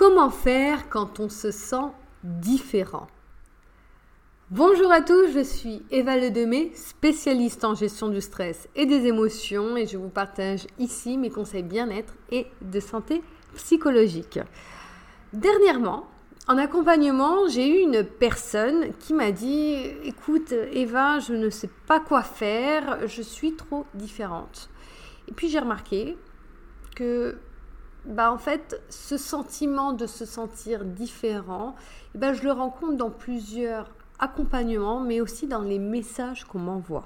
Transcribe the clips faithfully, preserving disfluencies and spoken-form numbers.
Comment faire quand on se sent différent ? Bonjour à tous, je suis Eva Ledemé, spécialiste en gestion du stress et des émotions et je vous partage ici mes conseils bien-être et de santé psychologique. Dernièrement, en accompagnement, j'ai eu une personne qui m'a dit « Écoute Eva, je ne sais pas quoi faire, je suis trop différente. » Et puis j'ai remarqué que bah, en fait, ce sentiment de se sentir différent, eh ben, je le rencontre dans plusieurs accompagnements, mais aussi dans les messages qu'on m'envoie.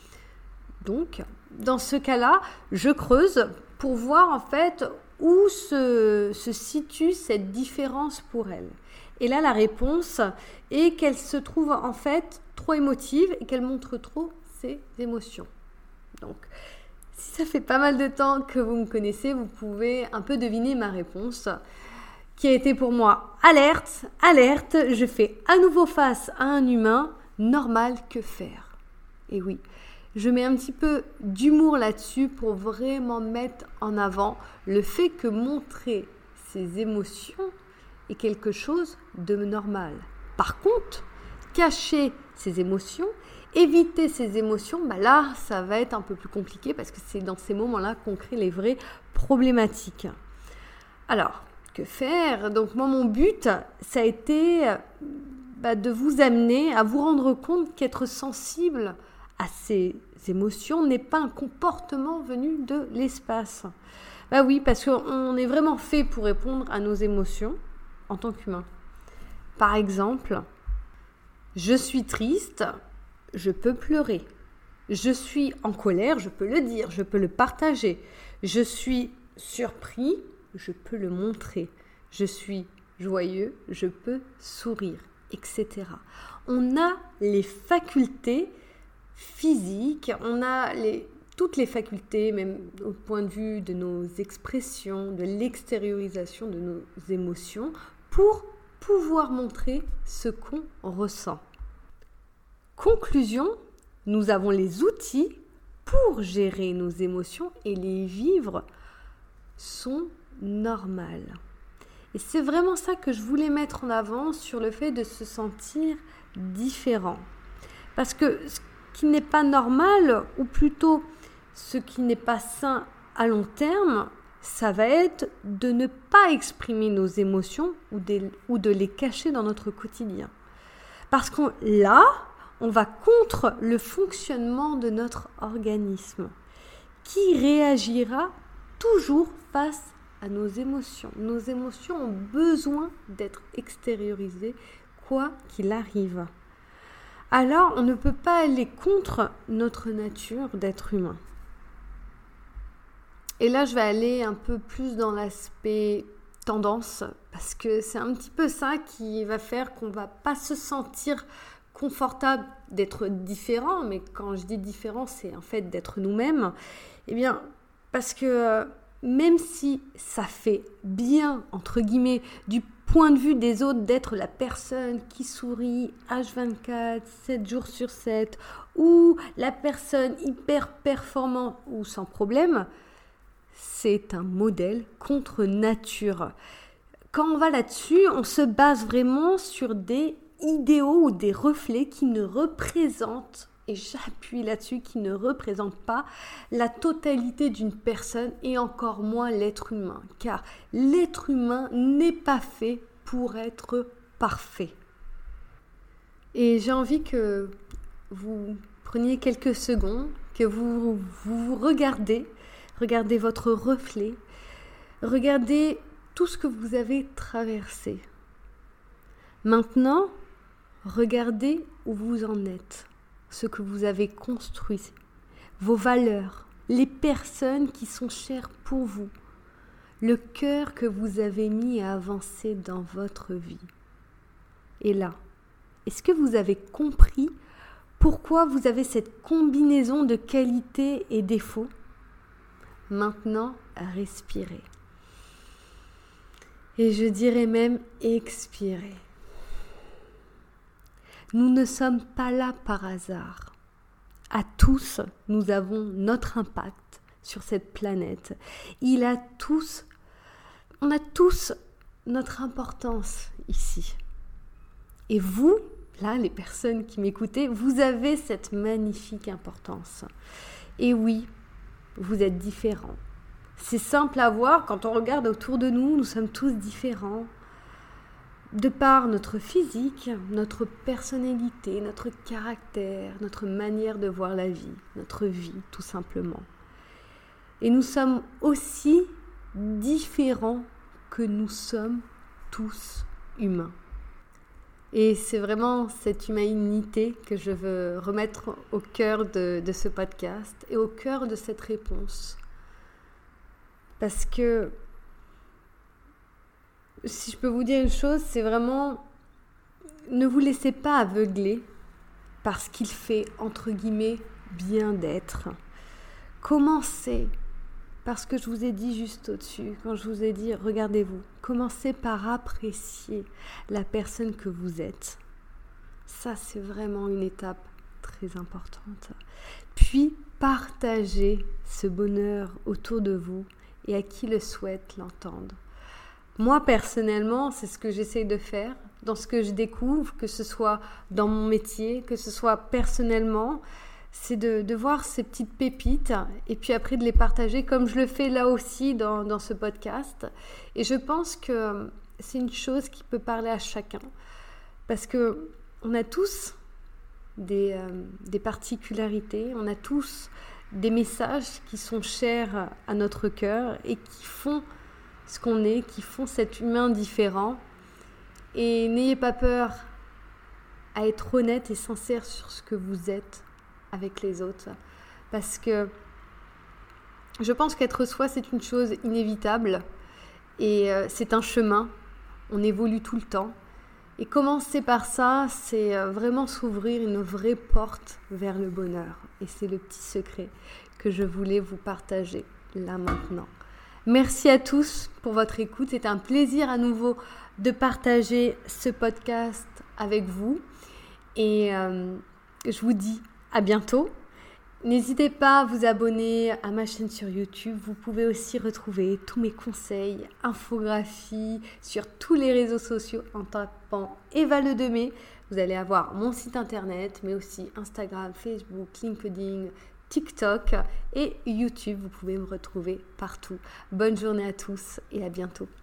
Donc, dans ce cas-là, je creuse pour voir en fait où se, se situe cette différence pour elle. Et là, la réponse est qu'elle se trouve en fait trop émotive et qu'elle montre trop ses émotions. Donc, si ça fait pas mal de temps que vous me connaissez, vous pouvez un peu deviner ma réponse qui a été pour moi alerte, alerte, je fais à nouveau face à un humain, normal, que faire ? Et oui, je mets un petit peu d'humour là-dessus pour vraiment mettre en avant le fait que montrer ses émotions est quelque chose de normal. Par contre, cacher ses émotions, éviter ces émotions, bah là, ça va être un peu plus compliqué parce que c'est dans ces moments-là qu'on crée les vraies problématiques. Alors, que faire ? Donc moi, mon but, ça a été bah, de vous amener à vous rendre compte qu'être sensible à ces émotions n'est pas un comportement venu de l'espace. Bah oui, parce qu'on est vraiment fait pour répondre à nos émotions en tant qu'humain. Par exemple, je suis triste, je peux pleurer. Je suis en colère, je peux le dire, je peux le partager. Je suis surpris, je peux le montrer. Je suis joyeux, je peux sourire, et cetera. On a les facultés physiques, on a les, toutes les facultés, même au point de vue de nos expressions, de l'extériorisation de nos émotions, pour pouvoir montrer ce qu'on ressent. Conclusion, nous avons les outils pour gérer nos émotions et les vivre sont normales. Et c'est vraiment ça que je voulais mettre en avant sur le fait de se sentir différent. Parce que ce qui n'est pas normal, ou plutôt ce qui n'est pas sain à long terme, ça va être de ne pas exprimer nos émotions ou de, ou de les cacher dans notre quotidien. Parce que là, on va contre le fonctionnement de notre organisme qui réagira toujours face à nos émotions. Nos émotions ont besoin d'être extériorisées quoi qu'il arrive. Alors, on ne peut pas aller contre notre nature d'être humain. Et là, je vais aller un peu plus dans l'aspect tendance parce que c'est un petit peu ça qui va faire qu'on ne va pas se sentir confortable d'être différent, mais quand je dis différent, c'est en fait d'être nous-mêmes. Eh bien, parce que euh, même si ça fait bien, entre guillemets, du point de vue des autres, d'être la personne qui sourit H vingt-quatre, sept jours sur sept, ou la personne hyper performante ou sans problème, c'est un modèle contre nature. Quand on va là-dessus, on se base vraiment sur des idéaux ou des reflets qui ne représentent, et j'appuie là-dessus, qui ne représentent pas la totalité d'une personne et encore moins l'être humain. Car l'être humain n'est pas fait pour être parfait. Et j'ai envie que vous preniez quelques secondes, que vous vous regardez, regardez votre reflet, regardez tout ce que vous avez traversé. Maintenant, regardez où vous en êtes, ce que vous avez construit, vos valeurs, les personnes qui sont chères pour vous, le cœur que vous avez mis à avancer dans votre vie. Et là, est-ce que vous avez compris pourquoi vous avez cette combinaison de qualités et défauts ? Maintenant, respirez. Et je dirais même expirez. Nous ne sommes pas là par hasard. À tous, nous avons notre impact sur cette planète. Il a tous, on a tous notre importance ici. Et vous, là, les personnes qui m'écoutez, vous avez cette magnifique importance. Et oui, vous êtes différents. C'est simple à voir, quand on regarde autour de nous, nous sommes tous différents. De par notre physique, notre personnalité, notre caractère, notre manière de voir la vie, notre vie, tout simplement. Et nous sommes aussi différents que nous sommes tous humains. Et c'est vraiment cette humanité que je veux remettre au cœur de, de ce podcast et au cœur de cette réponse. Parce que, si je peux vous dire une chose, c'est vraiment, ne vous laissez pas aveugler par ce qu'il fait, entre guillemets, bien d'être. Commencez par ce que je vous ai dit juste au-dessus, quand je vous ai dit, regardez-vous, commencez par apprécier la personne que vous êtes. Ça, c'est vraiment une étape très importante. Puis, partagez ce bonheur autour de vous et à qui le souhaite l'entendre. Moi, personnellement, c'est ce que j'essaye de faire dans ce que je découvre, que ce soit dans mon métier, que ce soit personnellement, c'est de, de voir ces petites pépites et puis après de les partager comme je le fais là aussi dans, dans ce podcast. Et je pense que c'est une chose qui peut parler à chacun parce qu'on a tous des, euh, des particularités, on a tous des messages qui sont chers à notre cœur et qui font ce qu'on est, qui font cet humain différent. Et n'ayez pas peur à être honnête et sincère sur ce que vous êtes avec les autres. Parce que je pense qu'être soi, c'est une chose inévitable. Et euh, c'est un chemin. On évolue tout le temps. Et commencer par ça, c'est euh, vraiment s'ouvrir une vraie porte vers le bonheur. Et c'est le petit secret que je voulais vous partager là maintenant. Merci à tous pour votre écoute. C'est un plaisir à nouveau de partager ce podcast avec vous. Et euh, je vous dis à bientôt. N'hésitez pas à vous abonner à ma chaîne sur YouTube. Vous pouvez aussi retrouver tous mes conseils, infographies sur tous les réseaux sociaux en tapant Eva Ledemay. Vous allez avoir mon site internet, mais aussi Instagram, Facebook, LinkedIn, TikTok et YouTube. Vous pouvez me retrouver partout. Bonne journée à tous et à bientôt.